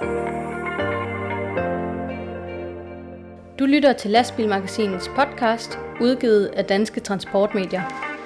Du lytter til Lastbilmagasinets podcast, udgivet af Danske Transportmedier.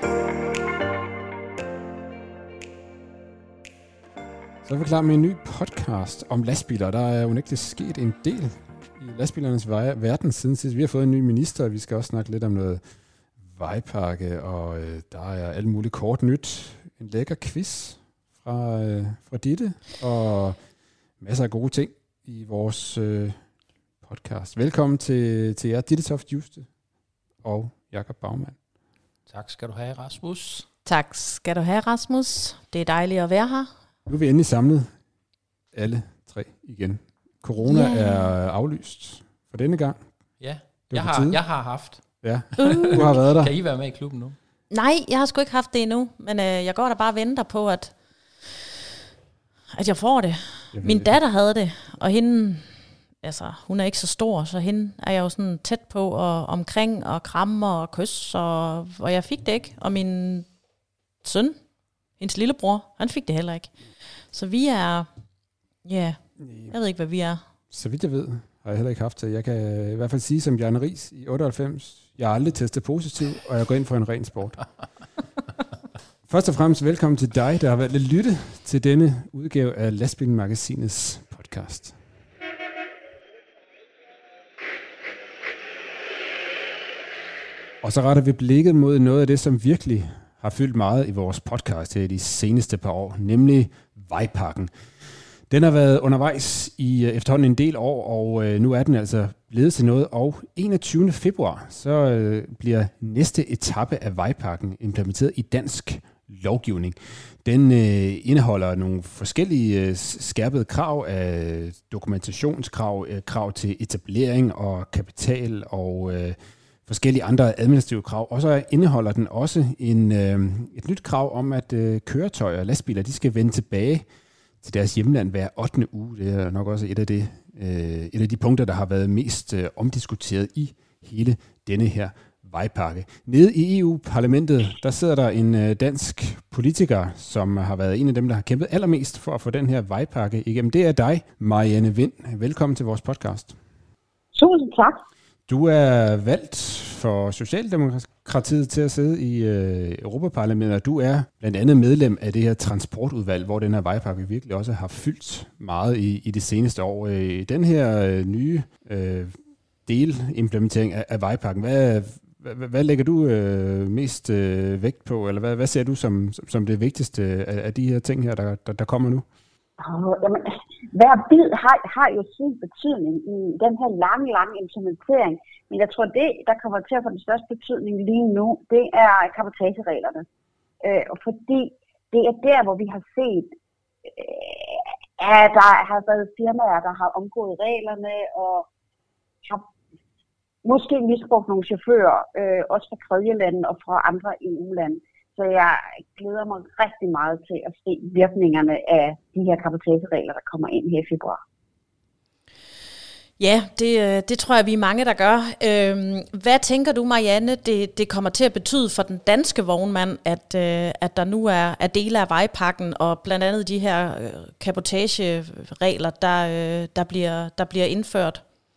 Så er vi klar med en ny podcast om lastbiler. Der er unægteligt sket en del i lastbilernes verden siden sidst. Vi har fået en ny minister, og vi skal også snakke lidt om noget vejpakke, og der er alt muligt kort nyt. En lækker quiz fra Ditte, og masser af gode ting i vores podcast. Velkommen til jer, Ditte Toft Juste og Jakob Baumann. Tak skal du have, Rasmus. Tak skal du have, Rasmus. Det er dejligt at være her. Nu er vi endelig samlet alle tre igen. Corona er aflyst for denne gang. Ja, jeg har haft. Ja, du har været der. Kan I være med i klubben nu? Nej, jeg har sgu ikke haft det endnu, men jeg går da bare og venter på, at jeg får det. Min datter havde det, og hende, altså hun er ikke så stor, så hende er jeg jo sådan tæt på og omkring og kramme og kys, og jeg fik det ikke. Og min søn, hendes lillebror, han fik det heller ikke. Så vi er, jeg ved ikke, hvad vi er. Så vidt jeg ved, har jeg heller ikke haft det. Jeg kan i hvert fald sige som Bjarne Riis i 98, jeg har aldrig testet positiv, og jeg går ind for en ren sport. Først og fremmest velkommen til dig, der har valgt at lytte til denne udgave af Lastbilmagasinets podcast. Og så retter vi blikket mod noget af det, som virkelig har fyldt meget i vores podcast her de seneste par år, nemlig vejpakken. Den har været undervejs i efterhånden en del år, og nu er den altså blevet til noget. Og 21. februar, så bliver næste etape af vejpakken implementeret i dansk lovgivning. Den indeholder nogle forskellige skærpede krav af dokumentationskrav, krav til etablering og kapital og forskellige andre administrative krav. Og så indeholder den også et nyt krav om, at køretøjer og lastbiler, de skal vende tilbage til deres hjemland hver 8. uge. Det er nok også et af de punkter, der har været mest omdiskuteret i hele denne her vejpakke. Nede i EU-parlamentet, der sidder der en dansk politiker, som har været en af dem, der har kæmpet allermest for at få den her vejpakke igennem. Det er dig, Marianne Vind. Velkommen til vores podcast. Tusind tak. Du er valgt for Socialdemokratiet til at sidde i Europaparlamentet, og du er blandt andet medlem af det her transportudvalg, hvor den her vejpakke virkelig også har fyldt meget i det seneste år. Den her nye delimplementering af vejpakken, hvad lægger du mest vægt på, eller hvad ser du som det vigtigste af de her ting her, der kommer nu? Jamen, hver bid har jo sin betydning i den her lange implementering, men jeg tror, det, der kommer til at få den største betydning lige nu, det er cabotagereglerne. Fordi det er der, hvor vi har set, at der har været firmaer, der har omgået reglerne og har måske misbrugt nogle chauffører, også fra tredjelande og fra andre EU-lande. Så jeg glæder mig rigtig meget til at se virkningerne af de her cabotageregler, der kommer ind her i februar. Ja, det tror jeg, vi er mange, der gør. Hvad tænker du, Marianne, det kommer til at betyde for den danske vognmand, at der nu er dele af vejpakken, og blandt andet de her cabotageregler, der bliver indført?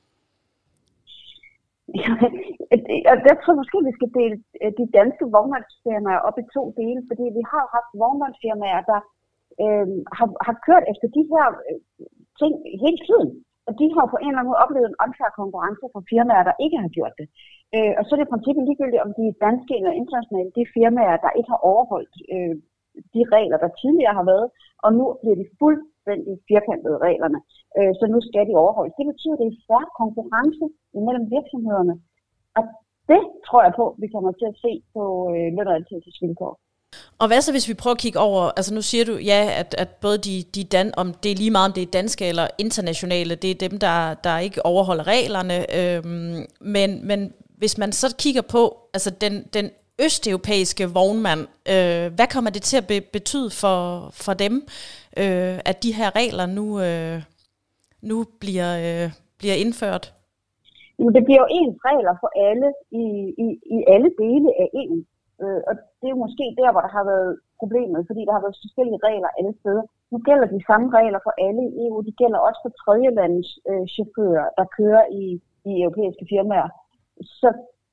Jeg tror måske, vi skal dele de danske vognmandsfirmaer op i to dele, fordi vi har haft vognmandsfirmaer, der har kørt efter de her ting hele tiden. Og de har på en eller anden måde oplevet en unfair konkurrence fra firmaer, der ikke har gjort det. Og så er det i princippet ligegyldigt, om de er danske eller internationale, de firmaer, der ikke har overholdt de regler, der tidligere har været, og nu bliver de fuldstændig firkantede reglerne, så nu skal de overholdes. Det betyder, at det er fair konkurrence imellem virksomhederne, og det tror jeg på, vi kommer til at se på løn- og ansættelsesvilkår. Og hvad så, hvis vi prøver at kigge over, altså nu siger du, ja, at både om det er lige meget, om det er danske eller internationale, det er dem, der ikke overholder reglerne, men hvis man så kigger på, altså den østeuropæiske vognmand, hvad kommer det til at betyde for dem, at de her regler nu bliver indført? Det bliver jo ens regler for alle i alle dele af EU. Og det er jo måske der, hvor der har været problemet, fordi der har været forskellige regler alle steder. nu gælder de samme regler for alle i EU. De gælder også for tredjelandes chauffører, der kører i europæiske firmaer. Så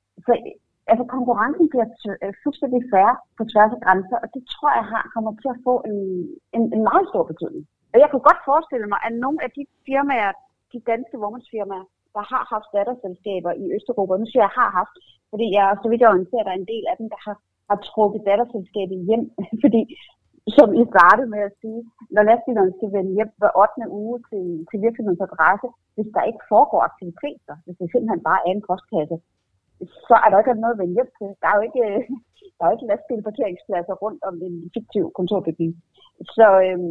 altså konkurrencen bliver fuldstændig fair på tværs af grænser, og det tror jeg kommer til at få en meget stor betydning. Og jeg kunne godt forestille mig, at nogle af de firmaer, de danske vognmandsfirmaer, der har haft datterselskaber i Østeuropa, nu siger jeg har haft, fordi jeg, så vidt jeg orienterer, der er en del af dem, der har trukket datterselskabet hjem, fordi som I startede med at sige, når lastbilerne skal vende hjem hver 8. uge til virksomhedens adresse, hvis der ikke foregår aktiviteter, hvis det simpelthen bare er en postkasse, så er der ikke noget at vende hjem til. Der er jo ikke lastbilparkeringspladser rundt om en fiktiv kontorbygning. Så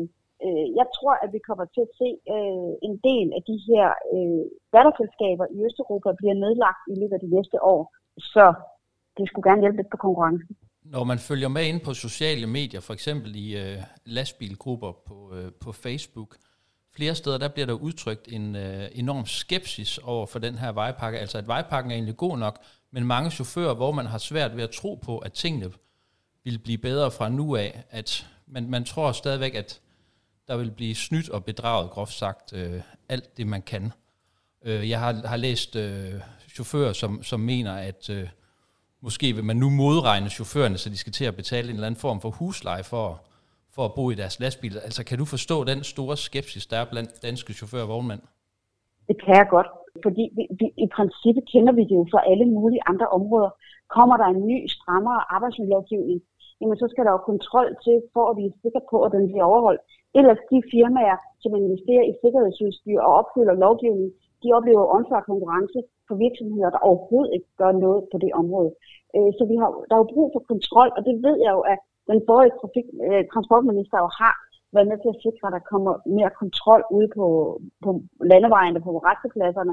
jeg tror, at vi kommer til at se en del af de her datterselskaber i Østeuropa bliver nedlagt i løbet af de næste år. Så det skulle gerne hjælpe lidt på konkurrencen. Når man følger med ind på sociale medier, for eksempel i lastbilgrupper på Facebook, flere steder der bliver der udtrykt en enorm skepsis over for den her vejpakke. Altså at vejpakken er egentlig god nok, men mange chauffører, hvor man har svært ved at tro på, at tingene vil blive bedre fra nu af. At man tror stadigvæk, at der vil blive snydt og bedraget, groft sagt, alt det man kan. Jeg har læst chauffører, som mener, at måske vil man nu modregne chaufførerne, så de skal til at betale en eller anden form for husleje for at bo i deres lastbiler. Altså kan du forstå den store skepsis, der er blandt danske chauffører og vognmænd? Det kan jeg godt, fordi i princippet kender vi det jo fra alle mulige andre områder. Kommer der en ny, strammere arbejdsmiljølovgivning, jamen så skal der jo kontrol til, for at vi er sikre på, at den bliver overholdt. Ellers de firmaer, som investerer i sikkerhedsudstyr og opfylder lovgivningen, de oplever unfair konkurrence for virksomheder, der overhovedet ikke gør noget på det område. Så der er jo brug for kontrol, og det ved jeg jo, at den forrige transportminister jo har været med til at sikre, at der kommer mere kontrol ude på landevejene, på restepladserne.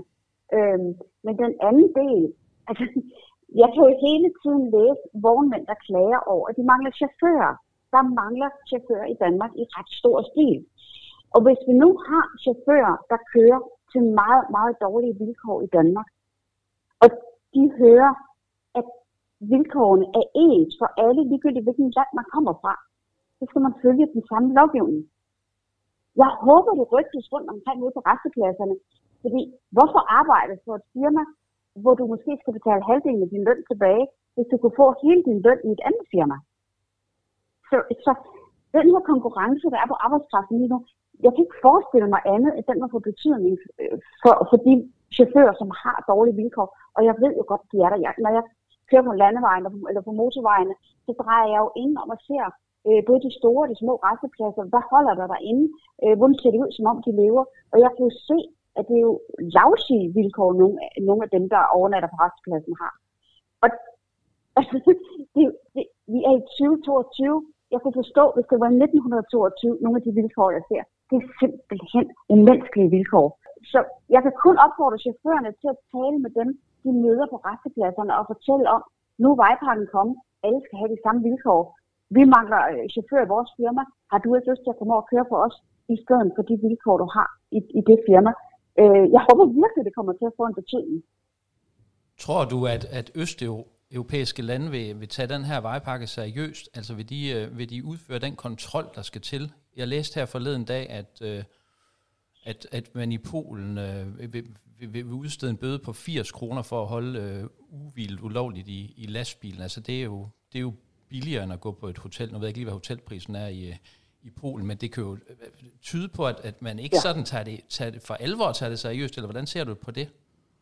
Men den anden del, altså jeg kan jo hele tiden læse vognmænd, der klager over, at de mangler chauffører. Der mangler chauffører i Danmark i ret stor stil. Og hvis vi nu har chauffører, der kører til meget, meget dårlige vilkår i Danmark, og de hører, at vilkårene er ens for alle, ligegyldigt hvilken land man kommer fra, så skal man følge den samme lovgivning. Jeg håber, det rygtes rundt omkring ude på restepladserne, fordi hvorfor arbejde for et firma, hvor du måske skal betale halvdelen af din løn tilbage, hvis du kunne få hele din løn i et andet firma? Så den her konkurrence, der er på arbejdskraften lige nu, jeg kan ikke forestille mig andet, at den må få betydning for de chauffører, som har dårlige vilkår. Og jeg ved jo godt, at de er der. Når jeg kører på landevejen eller på motorvejene, så drejer jeg jo ind om at se både de store og de små rastepladser. Hvad holder der derinde? Hvordan ser det ud, som om de lever? Og jeg kan jo se, at det er jo lavsige vilkår, nogle af dem, der overnatter på rastepladsen har. Og altså, vi er i 2022. Jeg kunne forstå, hvis det var 1922, nogle af de vilkår, jeg ser. Det er simpelthen umenneskelige vilkår. Så jeg kan kun opfordre chaufførerne til at tale med dem, de møder på restepladserne og fortælle om, nu er vejpakken kommet, alle skal have de samme vilkår. Vi mangler chauffører i vores firma. Har du ikke lyst til at komme over og køre for os, i stedet for de vilkår, du har i det firma? Jeg håber virkelig, det kommer til at få en betydning. Tror du, at østeuropæiske lande vil tage den her vejpakke seriøst? Altså vil de udføre den kontrol, der skal til? Jeg læste her forleden dag, at man i Polen vil udstede en bøde på 80 kroner for at holde uhvilet ulovligt i lastbilen. Altså det er jo billigere end at gå på et hotel. Nu ved jeg ikke lige, hvad hotelprisen er i Polen, men det kan jo tyde på, at man ikke sådan tager det for alvor og tager det seriøst, eller hvordan ser du på det?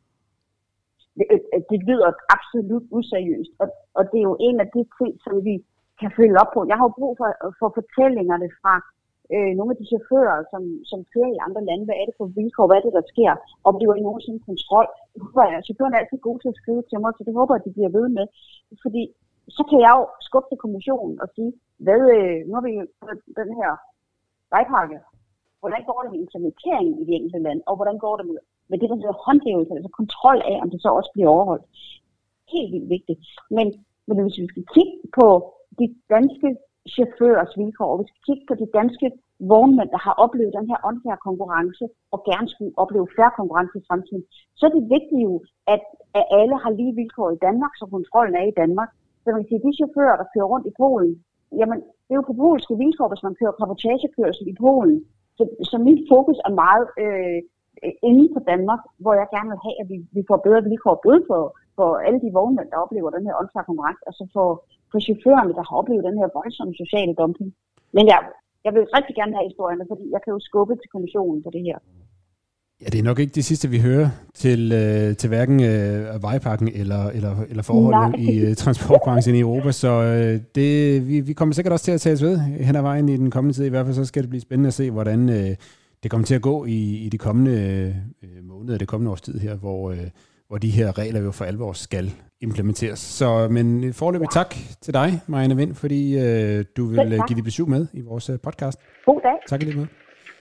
Det lyder absolut useriøst, og det er jo en af de ting, som vi kan følge op på. Jeg har jo brug for fortællingerne fra nogle af de chauffører, som kører i andre lande. Hvad er det for vilkår? Hvad er det, der sker? Oplever I nogensinde kontrol? Chaufførerne er altid gode til at skrive til mig, så det håber jeg, at de bliver ved med. Fordi så kan jeg jo skubbe til kommissionen og sige, nu har vi den her vejpakke. Hvordan går det med implementeringen i de enkelte lande? Og hvordan går det med det, der hedder håndhævelse, altså kontrol af, om det så også bliver overholdt? Helt vildt vigtigt. Men hvis vi skal kigge på de danske chaufførers vilkår, og vi skal kigge på de danske vognmænd, der har oplevet den her unfair konkurrence, og gerne skulle opleve fair konkurrence i fremtiden, så er det vigtigt jo, at alle har lige vilkår i Danmark, så kontrollen er i Danmark. Så man kan sige, de chauffører, der kører rundt i Polen, jamen, det er jo på polske vilkår, hvis man kører cabotagekørsel i Polen. Så mit fokus er meget inde på Danmark, hvor jeg gerne vil have, at vi får bedre vilkår, både for alle de vognmænd, der oplever den her unfair konkurrence, og så for chaufførerne, der har oplevet den her voldsomme sociale dumping. Men jeg vil rigtig gerne have historierne, fordi jeg kan jo skubbe til kommissionen på det her. Ja, det er nok ikke det sidste, vi hører til hverken vejpakken eller forholdene i transportbranchen i Europa, så vi kommer sikkert også til at tage os ved hen ad vejen i den kommende tid. I hvert fald så skal det blive spændende at se, hvordan det kommer til at gå i de kommende måneder, det kommende års tid her, hvor de her regler jo for alvor skal implementeres. Så, men foreløbig tak til dig, Marianne Vind, fordi du vil give dit besøg med i vores podcast. God dag. Tak i lige måde.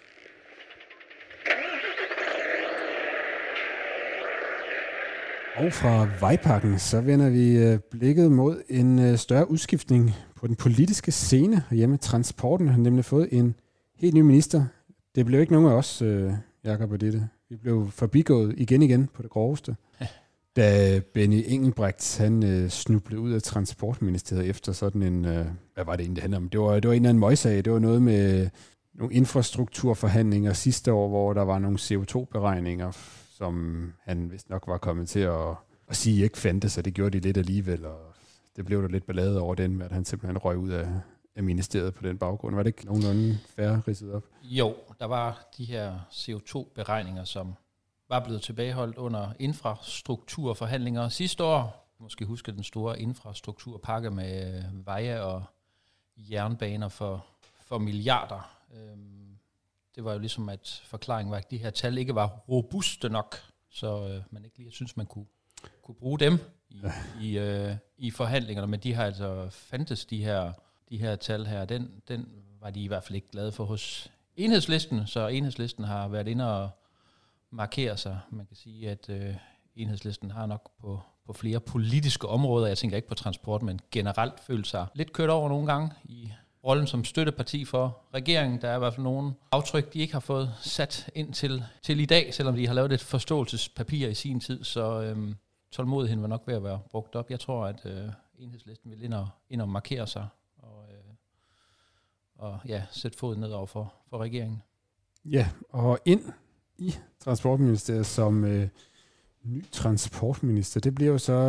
Og fra vejpakken, så vender vi blikket mod en større udskiftning på den politiske scene hjemme. Transporten har nemlig fået en helt ny minister. Det blev ikke nogen af os, Jakob og Ditte. Vi blev forbigået igen på det groveste. Da Benny Engelbrecht, han snublede ud af Transportministeriet efter sådan en, hvad var det egentlig, det handlede om? Det var en eller anden møgssag. Det var noget med nogle infrastrukturforhandlinger sidste år, hvor der var nogle CO2-beregninger, som han vist nok var kommet til at sige ikke fandtes, så det gjorde de lidt alligevel, og det blev der lidt ballade over den med, at han simpelthen røg ud af ministeriet på den baggrund. Var det ikke nogenlunde fair ridset op? Jo, der var de her CO2-beregninger, som var blevet tilbageholdt under infrastrukturforhandlinger sidste år. Måske huske den store infrastrukturpakke med veje og jernbaner for milliarder. Det var jo ligesom, at forklaringen var, at de her tal ikke var robuste nok, så man ikke lige synes, man kunne bruge dem i forhandlingerne, men de har altså fandtes de her tal her. Den var de i hvert fald ikke glade for hos Enhedslisten, så Enhedslisten har været inde og markere sig. Man kan sige, at Enhedslisten har nok på flere politiske områder, jeg tænker ikke på transport, men generelt følt sig lidt kørt over nogle gange i rollen som støtteparti for regeringen. Der er i hvert fald nogle aftryk, de ikke har fået sat ind til i dag, selvom de har lavet et forståelsespapir i sin tid, så tålmodigheden var nok ved at være brugt op. Jeg tror, at Enhedslisten vil ind og markere sig og sætte foden ned over for regeringen. Ja, og ind i Transportministeriet som ny transportminister, det bliver jo så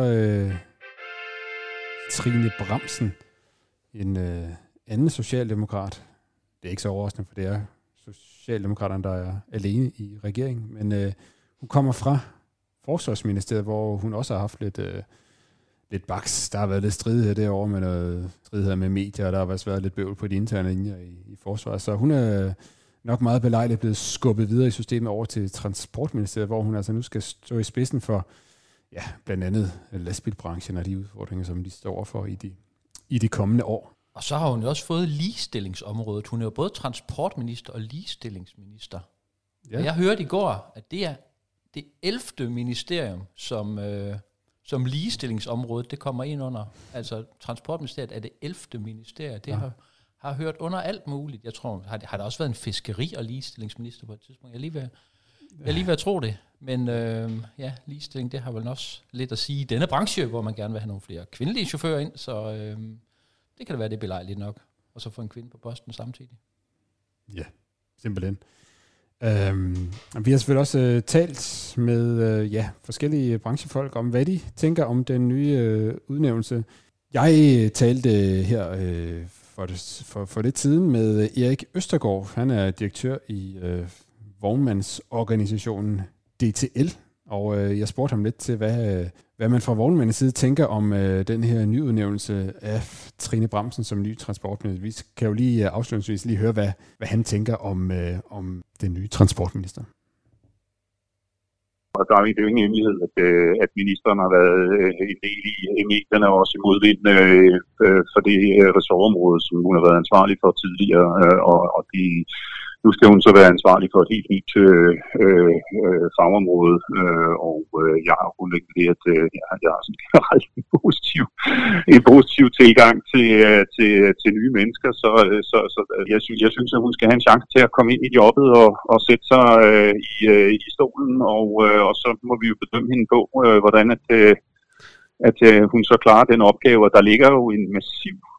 Trine Bramsen, en anden socialdemokrat. Det er ikke så overraskende, for det er Socialdemokraterne, der er alene i regeringen, men hun kommer fra Forsvarsministeriet, hvor hun også har haft lidt baks. Der har været lidt stridighed derovre med noget stridighed med medier, og der har også været lidt bøvl på de interne linjer i forsvaret. Så hun er nok meget belejligt blevet skubbet videre i systemet over til Transportministeriet, hvor hun altså nu skal stå i spidsen for blandt andet lastbilbranchen og de udfordringer, som de står for i de kommende år. Og så har hun jo også fået ligestillingsområdet. Hun er jo både transportminister og ligestillingsminister. Ja. Og jeg hørte i går, at det er det 11. ministerium, som ligestillingsområdet det kommer ind under. Altså Transportministeriet er det 11. ministerium. Det har hørt under alt muligt. Jeg tror, har der også været en fiskeri- og ligestillingsminister på et tidspunkt. Jeg er lige ved at tro det. Men ligestilling, det har vel også lidt at sige i denne branche, hvor man gerne vil have nogle flere kvindelige chauffører ind. Så det kan da være, det er belejligt nok. Og så få en kvinde på posten samtidig. Ja, simpelthen. Vi har selvfølgelig også talt med forskellige branchefolk om, hvad de tænker om den nye udnævnelse. Jeg talte her for lidt siden med Erik Østergaard. Han er direktør i vognmandsorganisationen DTL, og jeg spurgte ham lidt til, hvad man fra vognmandens side tænker om den her nyudnævnelse af Trine Bramsen som ny transportminister. Vi kan jo lige afslutningsvis lige høre, hvad han tænker om den nye transportminister. Og der er jo ingen hemmelighed, at ministeren har været en del i medierne og også i modvind for det ressortområde, som hun har været ansvarlig for tidligere, og nu skal hun så være ansvarlig for et helt nyt fagområde, og jeg har grundlæggende det, at jeg har sådan generelt en positiv tilgang til nye mennesker, så jeg synes, at hun skal have en chance til at komme ind i jobbet og sætte sig i stolen, og så må vi jo bedømme hende på, hvordan at hun så klarer den opgave, og der ligger jo en massiv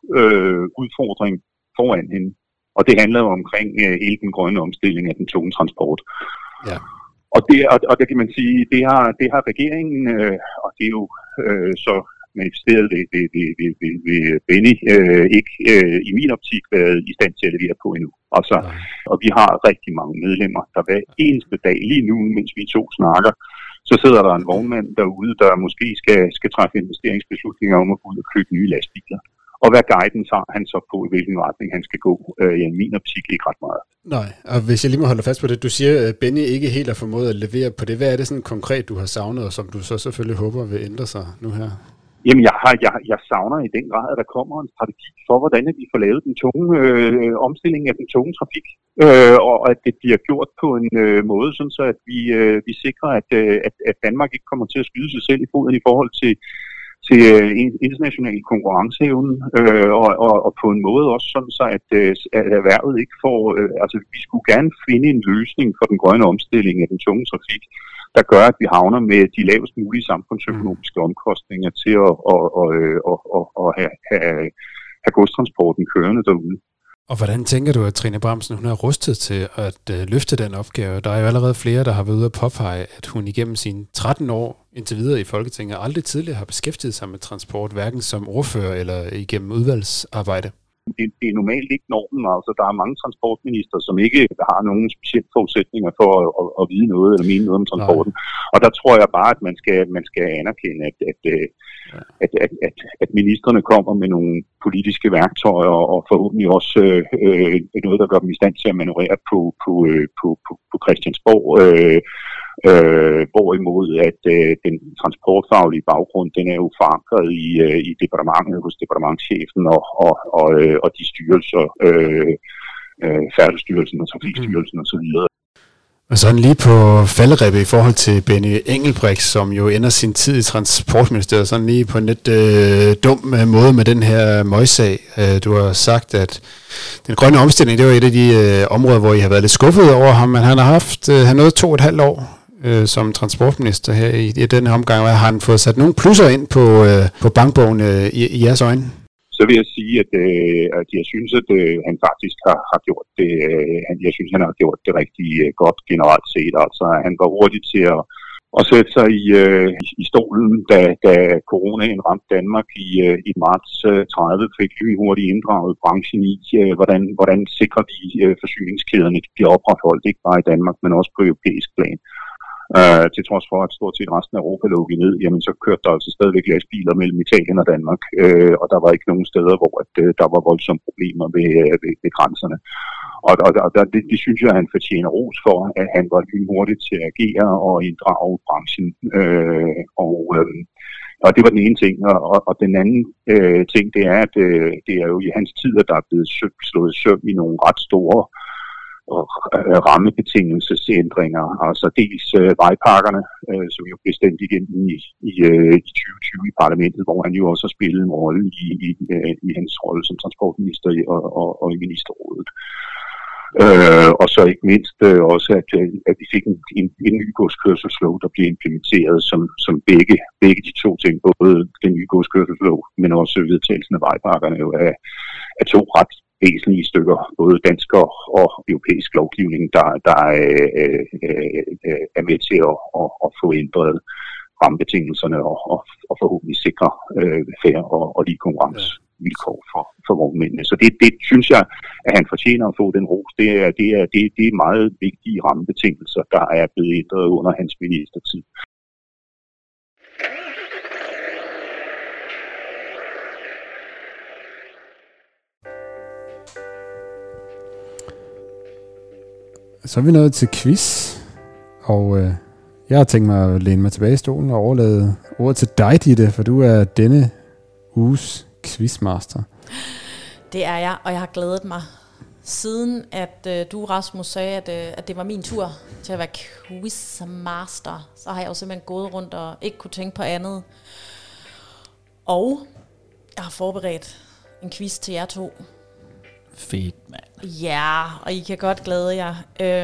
udfordring foran hende. Og det handler jo omkring hele den grønne omstilling af den tunge transport. Ja. Og det kan man sige, det har regeringen, og det er jo så manifesteret ved Benny, ikke i min optik været i stand til at levere på endnu. Og vi har rigtig mange medlemmer, der hver eneste dag, lige nu, mens vi to snakker, så sidder der en vognmand derude, der måske skal træffe investeringsbeslutninger om at gå ud og købe nye lastbiler. Og hvad guidance har han så på, i hvilken retning han skal gå? I min optik ikke ret meget. Nej, og hvis jeg lige må holde fast på det, du siger, at Benny ikke helt har formået at levere på det. Hvad er det sådan konkret, du har savnet, og som du så selvfølgelig håber vil ændre sig nu her? Jamen, jeg savner i den grad, at der kommer en strategi for, hvordan vi får lavet den tunge omstilling af den tunge trafik, og at det bliver gjort på en måde, sådan så at vi sikrer, at Danmark ikke kommer til at skyde sig selv i foden i forhold til international konkurrenceevnen, og på en måde også sådan så, at erhvervet ikke får... altså, vi skulle gerne finde en løsning for den grønne omstilling af den tunge trafik, der gør, at vi havner med de lavest mulige samfundsøkonomiske omkostninger til at have godstransporten kørende derude. Og hvordan tænker du, at Trine Bramsen hun er rustet til at løfte den opgave? Der er jo allerede flere, der har været ude at påpege, at hun igennem sine 13 år indtil videre i Folketinget aldrig tidligere har beskæftiget sig med transport, hverken som ordfører eller igennem udvalgsarbejde. Det er normalt ikke normen. Altså, der er mange transportminister, som ikke har nogen specielle forudsætninger for at vide noget eller mene noget om transporten. Nej. Og der tror jeg bare, at man skal anerkende, at ministerne kommer med nogle politiske værktøjer og forhåbentlig også noget, der gør dem i stand til at manøvrere på Christiansborg. Hvorimod at den transportfaglige baggrund, den er jo forankret i departementet hos departementschefen og de styrelser, Færdselsstyrelsen og Trafikstyrelsen osv. Og sådan lige på falderebet i forhold til Benny Engelbrecht, som jo ender sin tid i Transportministeriet, sådan lige på en lidt dum måde med den her møgssag. Du har sagt, at den grønne omstilling, det var et af de områder, hvor I har været lidt skuffet over ham, men han har haft han nåede 2,5 år som transportminister her i denne omgang. Har han fået sat nogle plusser ind på bankbogen i jeres øjne? Så vil jeg sige, at jeg synes, at han faktisk har gjort det. Jeg synes, han har gjort det rigtig godt generelt set. Altså, han var hurtig til at sætte sig i stolen, da coronaen ramte Danmark i marts 30, fik vi hurtigt inddraget branchen i, hvordan sikrer vi forsyningskæderne bliver opretholdt, ikke bare i Danmark, men også på europæisk plan. Til trods for, at stort set resten af Europa lukkede ned, jamen så kørte der altså stadigvæk lastbiler mellem Italien og Danmark, og der var ikke nogen steder, hvor der var voldsomme problemer ved grænserne. Og det synes jeg, at han fortjener ros for, at han var lynhurtig til at agere og inddrage branchen. Og det var den ene ting, og den anden ting, det er, at det er jo i hans tid, at der er blevet slået søm i nogle ret store rammebetingelsesændringer, altså dels vejpakkerne, som jo blev stemt igennem i 2020 i parlamentet, hvor han jo også har spillet en rolle i hans rolle som transportminister og i ministerrådet. Og så ikke mindst også, at vi fik en ny godskørselslov, der blev implementeret, som begge de to ting, både den nye godskørselslov, men også vedtagelsen af vejpakkerne, jo er to ret væsentlige stykker, både dansk og europæisk lovgivning, der er med til at få ændret rammebetingelserne og forhåbentlig sikre fair og lige konkurrencevilkår for vognmændene. Så det synes jeg, at han fortjener at få den ros. Det er meget vigtige rammebetingelser, der er blevet ændret under hans ministertid. Så er vi nået til quiz, og jeg har tænkt mig at læne mig tilbage i stolen og overlade ordet til dig, Ditte, for du er denne uges quizmaster. Det er jeg, og jeg har glædet mig. Siden at du, Rasmus, sagde, at det var min tur til at være quizmaster, så har jeg jo simpelthen gået rundt og ikke kunne tænke på andet. Og jeg har forberedt en quiz til jer to. Fedt, mand. Ja, og I kan godt glæde jer.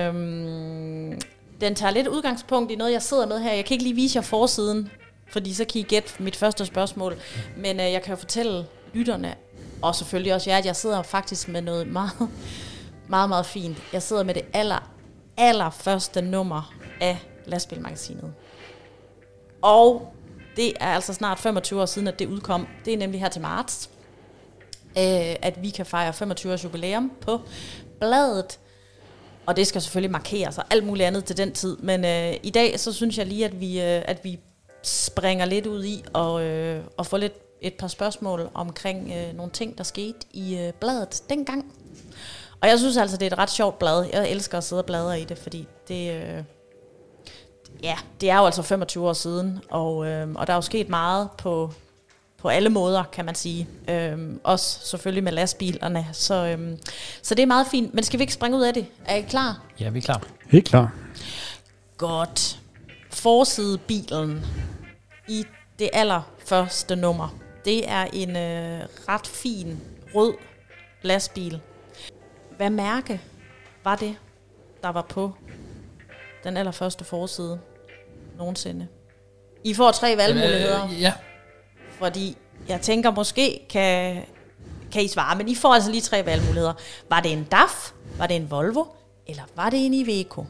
Den tager lidt udgangspunkt i noget, jeg sidder med her. Jeg kan ikke lige vise jer forsiden, fordi så kan I gætte mit første spørgsmål. Men jeg kan jo fortælle lytterne, Og selvfølgelig også jeg sidder faktisk med noget meget, meget, meget fint. Jeg sidder med det allerførste nummer af Lastbilmagasinet. Og det er altså snart 25 år siden, at det udkom. Det er nemlig her til marts, at vi kan fejre 25 års jubilæum på bladet. Og det skal selvfølgelig markeres og alt muligt andet til den tid. Men i dag, så synes jeg lige, at vi springer lidt ud i og får et par spørgsmål omkring nogle ting, der skete i bladet dengang. Og jeg synes altså, det er et ret sjovt blad. Jeg elsker at sidde og bladre i det, fordi det er jo altså 25 år siden, og der er jo sket meget på alle måder, kan man sige. Også selvfølgelig med lastbilerne. Så det er meget fint. Men skal vi ikke springe ud af det? Er I klar? Ja, vi er klar. Helt klar. Godt. Forsidebilen i det allerførste nummer. Det er en ret fin rød lastbil. Hvad mærke var det, der var på den allerførste forside nogensinde? I får 3 valgmuligheder. Ja. Fordi jeg tænker, måske kan I svare, men I får altså lige 3 valgmuligheder. Var det en DAF? Var det en Volvo? Eller var det en Iveco?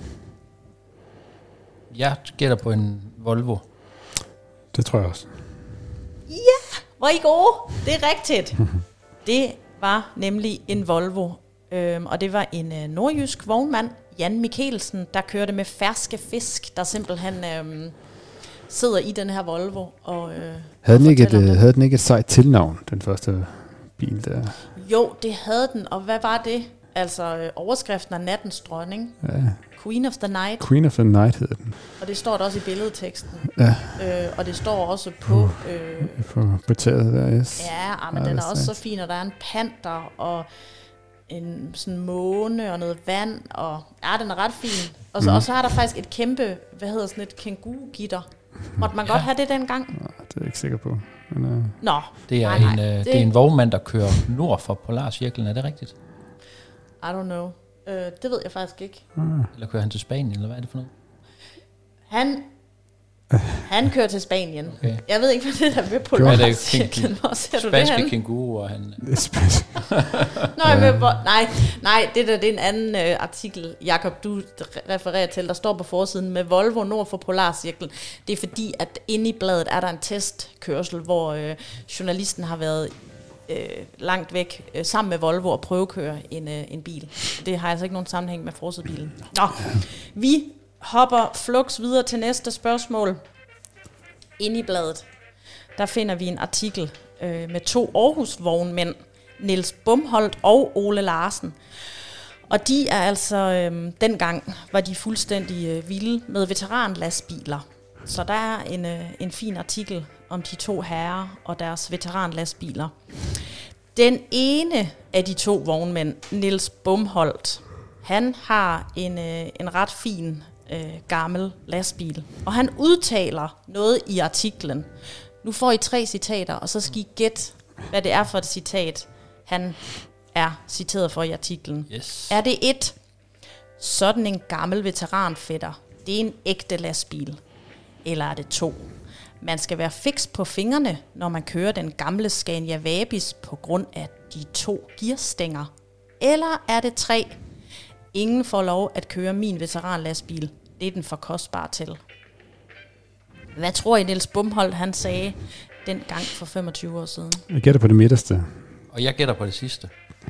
Jeg gætter på en Volvo. Det tror jeg også. Ja, hvor I gode. Det er rigtigt. Det var nemlig en Volvo. Og det var en nordjysk vognmand, Jan Mikkelsen, der kørte med ferske fisk, der simpelthen sidder i den her Volvo. Og, havde den ikke et sejt tilnavn, den første bil der? Jo, det havde den. Og hvad var det? Altså overskriften af nattens dronning. Ja. Queen of the Night. Queen of the Night hed den. Og det står der også i billedteksten. Ja. Og det står også på... på taget der, yes. Ja, men den er også så fin, og der er en panter, og en sådan måne, og noget vand, og ja, den er ret fin. Og så er der faktisk et kæmpe, et kænguru-gitter. Måtte man godt have det dengang? Nå, det er jeg ikke sikker på. Men, Nå, det er det er en vognmand, der kører nord for Polarcirklen, er det rigtigt? I don't know. Det ved jeg faktisk ikke. Eller kører han til Spanien, eller hvad er det for noget? Han kører til Spanien. Okay. Jeg ved ikke, hvad det der med Polarcirklen. Hvor ser du det hen? Spanske kænguruer, han... Nej, det er en anden artikel, Jakob, du refererer til, der står på forsiden med Volvo nord for Polarcirklen. Det er fordi, at inde i bladet er der en testkørsel, hvor journalisten har været langt væk sammen med Volvo og prøvekøre en bil. Det har altså ikke nogen sammenhæng med forsidebilen. Nå, vi hopper flux videre til næste spørgsmål. Inde i bladet, der finder vi en artikel med 2 Aarhus-vognmænd, Niels Bumholdt og Ole Larsen. Og de er altså, dengang var de fuldstændig vilde med veteranlastbiler. Så der er en fin artikel om de 2 herrer og deres veteranlastbiler. Den ene af de 2 vognmænd, Niels Bumholdt, han har en ret fin gammel lastbil. Og han udtaler noget i artiklen. Nu får I 3 citater, og så skal I gætte, hvad det er for et citat, han er citeret for i artiklen. Yes. Er det 1? Sådan en gammel veteranfætter. Det er en ægte lastbil. Eller er det 2? Man skal være fiks på fingrene, når man kører den gamle Scania Vabis på grund af de 2 gearstænger. Eller er det 3? Ingen får lov at køre min veteranlastbil. Det er den for kostbar til. Hvad tror I, Niels Bumholdt, han sagde dengang for 25 år siden? Jeg gætter på det midterste. Og jeg gætter på det sidste.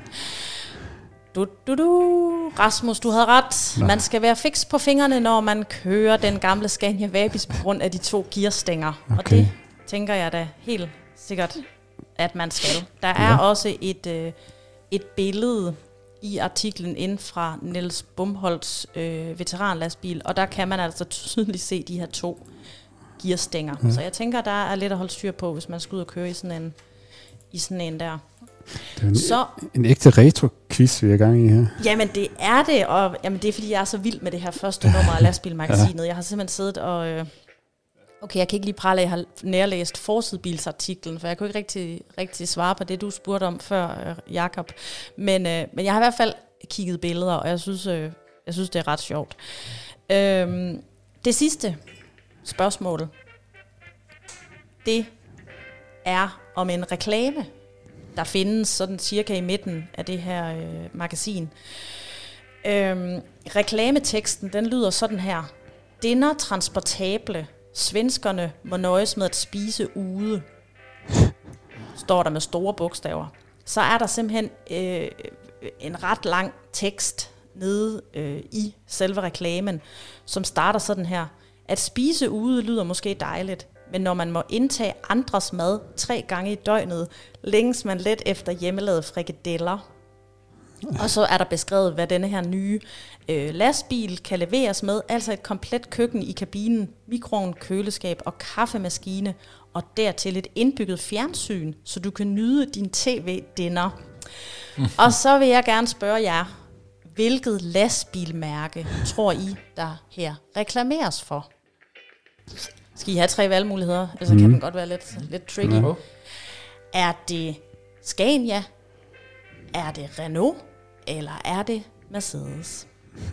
Rasmus, du havde ret. Man skal være fiks på fingrene, når man kører den gamle Scania Vabis på grund af de 2 gearstænger. Okay. Og det tænker jeg da helt sikkert, at man skal. Der er også et billede i artiklen inden fra Niels Bumholdts veteranlastbil, og der kan man altså tydeligt se de her 2 gearstænger. Så jeg tænker, der er lidt at holde styr på, hvis man skal ud og køre i sådan en der. Det er en ægte retro-quiz, vi er i gang i her. Jamen det er det, og jamen, det er fordi, jeg er så vild med det her første nummer af Lastbilmagasinet. Jeg har simpelthen siddet og... Okay, jeg kan ikke lige prale, at jeg har nærlæst forsidebilsartiklen, for jeg kunne ikke rigtig svare på det, du spurgte om før, Jakob. Men jeg har i hvert fald kigget billeder, og jeg synes det er ret sjovt. Det sidste spørgsmål, det er om en reklame. der findes sådan cirka i midten af det her magasin. Reklameteksten, den lyder sådan her. Dinner transportable. Svenskerne må nøjes med at spise ude. Står der med store bogstaver. Så er der simpelthen en ret lang tekst nede i selve reklamen, som starter sådan her. At spise ude lyder måske dejligt, men når man må indtage andres mad 3 gange i døgnet, længes man let efter hjemmelavede frikadeller. Og så er der beskrevet, hvad denne her nye lastbil kan leveres med, altså et komplet køkken i kabinen, mikroovn, køleskab og kaffemaskine, og dertil et indbygget fjernsyn, så du kan nyde din tv-dinner. Og så vil jeg gerne spørge jer, hvilket lastbilmærke tror I, der her reklameres for? Skal I have 3 valgmuligheder? Ellers kan den godt være lidt tricky. Er det Scania? Er det Renault? Eller er det Mercedes?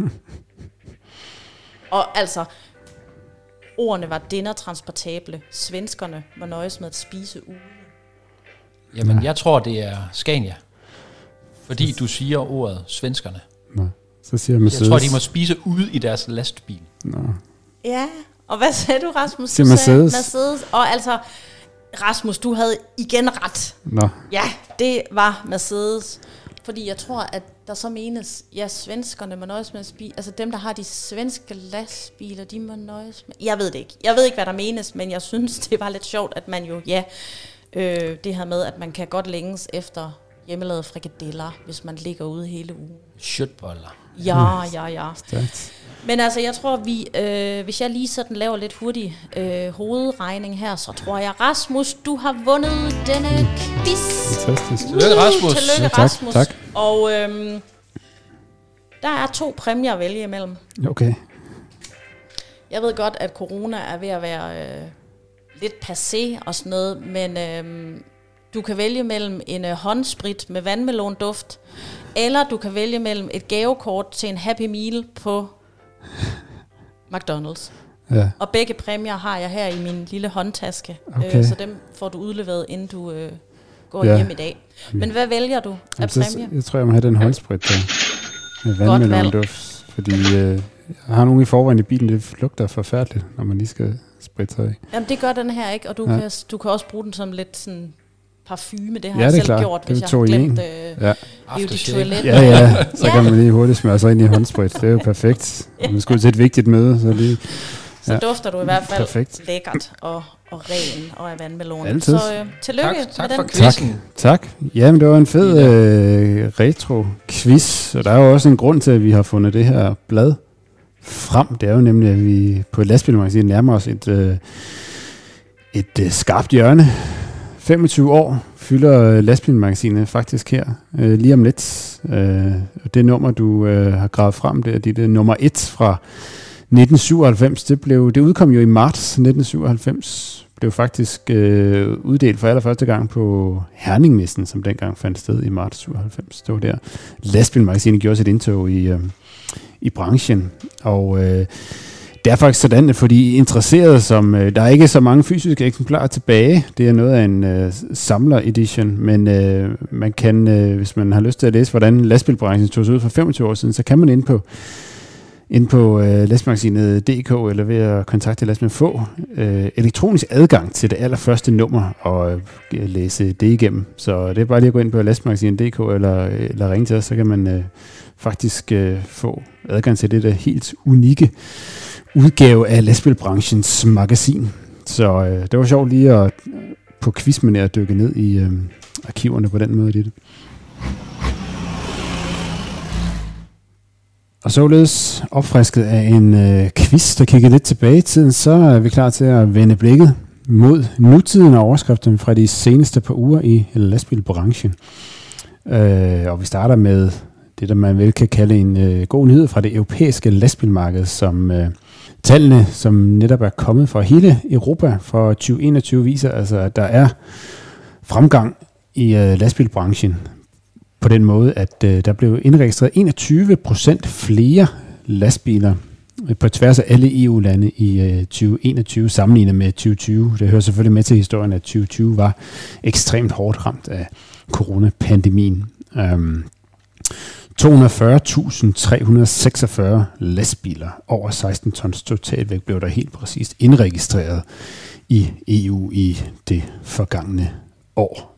Og altså, ordene var dinner transportable. Svenskerne må nøjes med at spise ude. Jamen, jeg tror, det er Scania. Fordi du siger ordet svenskerne. Nå, så siger Mercedes. Jeg tror, de må spise ude i deres lastbil. Nå. Ja, og hvad sagde du, Rasmus? Siger Mercedes. Mercedes. Og altså, Rasmus, du havde igen ret. Nå. Ja, det var Mercedes. Fordi jeg tror, at der så menes, ja, svenskerne må nøjes med at spise. Altså dem, der har de svenske lastbiler, de må nøjes med. Jeg ved det ikke. Jeg ved ikke, hvad der menes, men jeg synes, det var lidt sjovt, at man jo, det her med, at man kan godt længes efter hjemmelavede frikadeller, hvis man ligger ude hele ugen. Shitboller. Ja. Stærkt. Men altså, jeg tror, hvis jeg lige sådan laver lidt hurtig hovedregning her, så tror jeg, Rasmus, du har vundet denne quiz. Fantastisk. Tillykke, Rasmus. Tillykke, Ja, Rasmus. tak. Og der er 2 præmier at vælge imellem. Okay. Jeg ved godt, at corona er ved at være lidt passé og sådan noget, men du kan vælge mellem en håndsprit med vandmelonduft, eller du kan vælge mellem et gavekort til en Happy Meal på McDonald's. Ja. Og begge præmier har jeg her i min lille håndtaske, Okay. så dem får du udleveret, inden du går hjem i dag. Men hvad vælger du af præmier? Jeg tror, jeg må have den håndsprit der. Med Godt vandmelonduft. Fordi jeg har nogen i forvejen i bilen, det lugter forfærdeligt, når man lige skal spritte sig af. Jamen det gør den her ikke, og du kan også bruge den som lidt sådan parfume. Det har Ja, jeg det er selv klart. gjort, Det hvis er jeg 2 har i glemt Ja. beauty-toilet. Ja, så kan man lige hurtigt smøre sig ind i håndsprit. Det er jo perfekt. Man skal ud til et vigtigt møde, så lige... Så dufter du i hvert fald Perfekt. lækkert og ren og af vandmelon. Altid. Så tillykke Tak med for den. quizzen. Tak. Jamen, det var en fed retro-quiz, og der er jo også en grund til, at vi har fundet det her blad frem. Det er jo nemlig, at vi på et lastbilmagasin nærmer os et skarpt hjørne. 25 år fylder lastbilmagasinet faktisk her, lige om lidt. Det nummer, du har gravet frem, det er nummer 1 fra 1997. Det udkom jo i marts 1997. Blev faktisk uddelt for allerførste gang på Herningmessen, som dengang fandt sted i marts 97. Det var der lastbilmagasinet gjorde sit indtog i branchen. Og det er faktisk sådan, at for de interesserede, som der er ikke så mange fysiske eksemplarer tilbage. Det er noget af en samler-edition, men man kan, hvis man har lyst til at læse, hvordan lastbilbranchen tog sig ud for 25 år siden, så kan man ind på lastbilmagasinet.dk eller ved at kontakte Lastbil få elektronisk adgang til det allerførste nummer og læse det igennem. Så det er bare lige at gå ind på lastbilmagasinet.dk eller ringe til os, så kan man faktisk få adgang til det der helt unikke udgave af lastbilbranchens magasin. Så det var sjovt lige at på quizmanér at dykke ned i arkiverne på den måde. Det. Og således opfrisket af en quiz, der kigger lidt tilbage i tiden, så er vi klar til at vende blikket mod nutiden og overskriften fra de seneste par uger i lastbilbranchen. Og vi starter med det, der man vel kan kalde en god nyhed fra det europæiske lastbilmarked, som tallene, som netop er kommet fra hele Europa for 2021, viser altså, at der er fremgang i lastbilbranchen på den måde, at der blev indregistreret 21% flere lastbiler på tværs af alle EU-lande i 2021 sammenlignet med 2020. Det hører selvfølgelig med til historien, at 2020 var ekstremt hårdt ramt af coronapandemien. 240.346 lastbiler over 16 tons totalvægt blev der helt præcist indregistreret i EU i det forgangne år.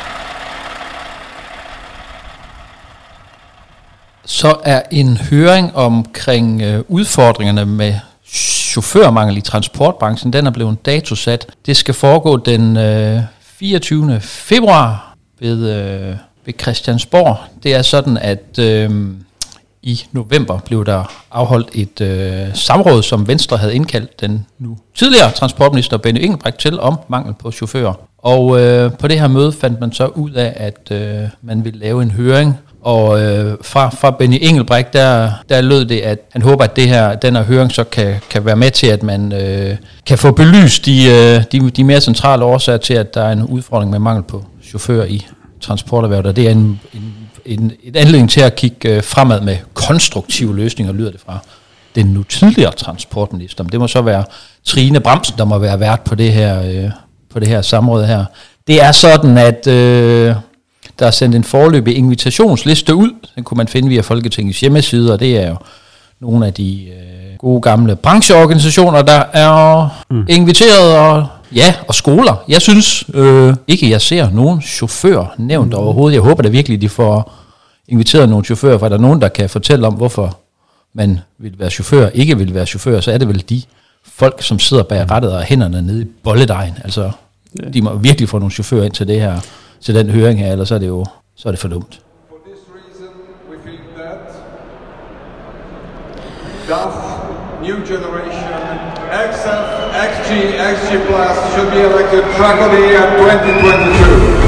Så er en høring omkring udfordringerne med chaufførmangel i transportbranchen, den er blevet datosat. Det skal foregå den 24. februar ved Christiansborg. Det er sådan, at i november blev der afholdt et samråd, som Venstre havde indkaldt den nu tidligere transportminister Benny Engelbrecht til om mangel på chauffører. Og på det her møde fandt man så ud af, at man ville lave en høring. Og fra Benny Engelbrecht, der lød det, at han håber, at den her høring så kan være med til, at man kan få belyst de mere centrale årsager til, at der er en udfordring med mangel på chauffører i transporterhvervet. Og det er en anledning til at kigge fremad med konstruktive løsninger, lyder det fra den nu tidligere transportminister. Men det må så være Trine Bramsen, der må være vært på det her samråd her. Det er sådan, at der er sendt en foreløbig invitationsliste ud. Den kunne man finde via Folketingets hjemmeside, og det er jo nogle af de gode gamle brancheorganisationer, der er inviteret, og skoler. Jeg synes ikke, jeg ser nogen chauffører nævnt overhovedet. Jeg håber da virkelig, de får inviteret nogle chauffører, for der er nogen, der kan fortælle om, hvorfor man vil være chauffør, ikke vil være chauffør, så er det vel de folk, som sidder bag rattet og hænderne nede i bolledejen. Altså, de må virkelig få nogle chauffører ind til det her, til den høring her, ellers så er det for dumt. For this reason, we think that DAF, New Generation, XF, XG, XG Plus should be elected Truck of the Year 2022.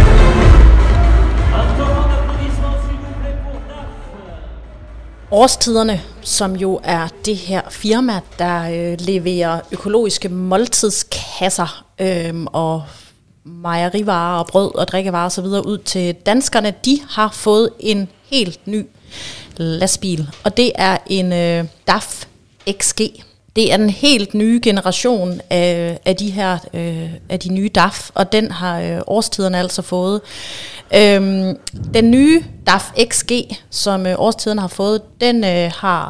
Årstiderne, som jo er det her firma, der leverer økologiske måltidskasser og mejerivarer og brød og drikkevarer osv. ud til danskerne, de har fået en helt ny lastbil, og det er en DAF XG. Det er en helt nye generation af de nye DAF, og den har årstiderne altså fået. Den nye DAF XG, som årstiderne har fået, den har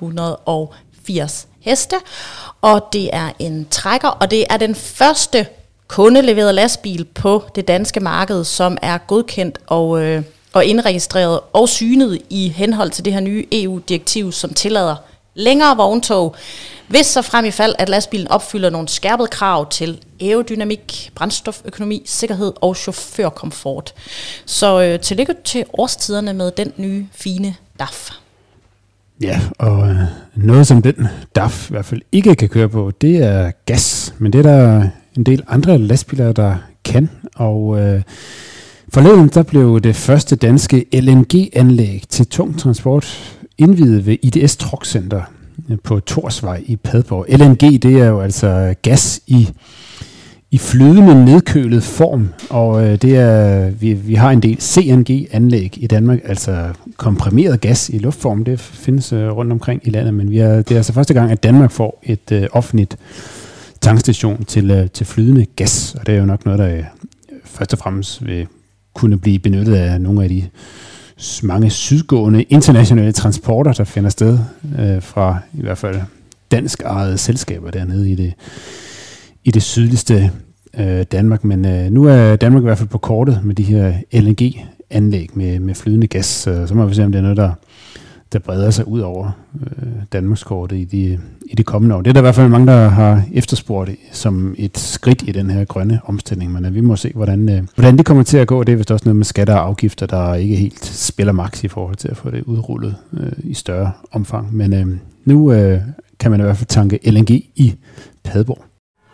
480 heste, og det er en trækker, og det er den første kundeleveret lastbil på det danske marked, som er godkendt og indregistreret og synet i henhold til det her nye EU-direktiv, som tillader længere vogntog, hvis så frem i fald, at lastbilen opfylder nogle skærpede krav til aerodynamik, brændstoføkonomi, sikkerhed og chaufførkomfort. Så tillykke til årstiderne med den nye, fine DAF. Ja, og noget som den DAF i hvert fald ikke kan køre på, det er gas. Men det er der en del andre lastbiler, der kan. Og forleden der blev det første danske LNG-anlæg til tung transport indviet ved IDS Truck Center på Torsvej i Padborg. LNG, det er jo altså gas i flydende nedkølet form, og det er vi har en del CNG-anlæg i Danmark, altså komprimeret gas i luftform. Det findes rundt omkring i landet, men det er altså første gang, at Danmark får et offentligt tankstation til flydende gas, og det er jo nok noget, der først og fremmest vil kunne blive benyttet af nogle af de mange sydgående internationale transporter, der finder sted fra i hvert fald dansk ejede selskaber dernede i det sydligste Danmark. Men nu er Danmark i hvert fald på kortet med de her LNG-anlæg med flydende gas. Så må vi se, om det er noget, der breder sig ud over Danmarkskortet i de kommende år. Det er der i hvert fald mange, der har efterspurgt som et skridt i den her grønne omstilling. Men vi må se, hvordan det kommer til at gå. Det er vist også noget med skatter og afgifter, der ikke helt spiller maks i forhold til at få det udrullet i større omfang. Men nu kan man i hvert fald tanke LNG i Padborg.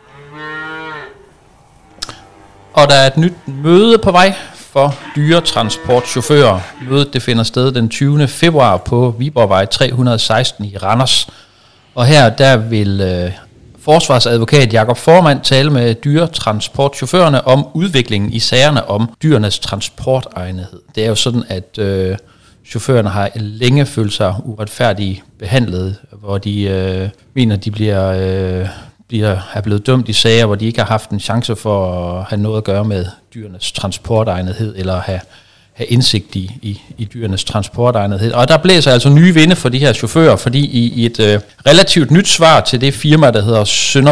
Og der er et nyt møde på vej for dyretransportchauffører. Mødet det finder sted den 20. februar på Viborgvej 316 i Randers. Og her der vil forsvarsadvokat Jakob Formann tale med dyretransportchaufførerne om udviklingen i sagerne om dyrenes transportegnethed. Det er jo sådan, at chaufførerne har længe følt sig uretfærdigt behandlet, hvor de mener, de er blevet dømt i sager, hvor de ikke har haft en chance for at have noget at gøre med dyrenes transportegnethed, eller have indsigt i dyrenes transportegnethed. Og der blæser altså nye vinde for de her chauffører, fordi i et relativt nyt svar til det firma, der hedder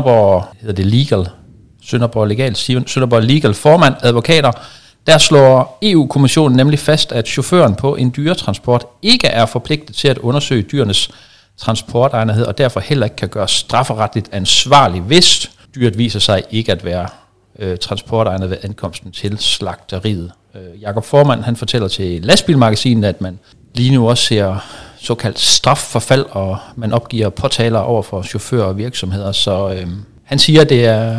Sønderborg Legal formand, advokater, der slår EU-kommissionen nemlig fast, at chaufføren på en dyretransport ikke er forpligtet til at undersøge dyrenes transportegnethed, og derfor heller ikke kan gøres strafferetligt ansvarlig, hvis dyret viser sig ikke at være transportegnet ved ankomsten til slagteriet. Jakob Formann, han fortæller til Lastbilmagasinet, at man lige nu også ser såkaldt strafforfald, og man opgiver påtaler over for chauffører og virksomheder. Så han siger, det er,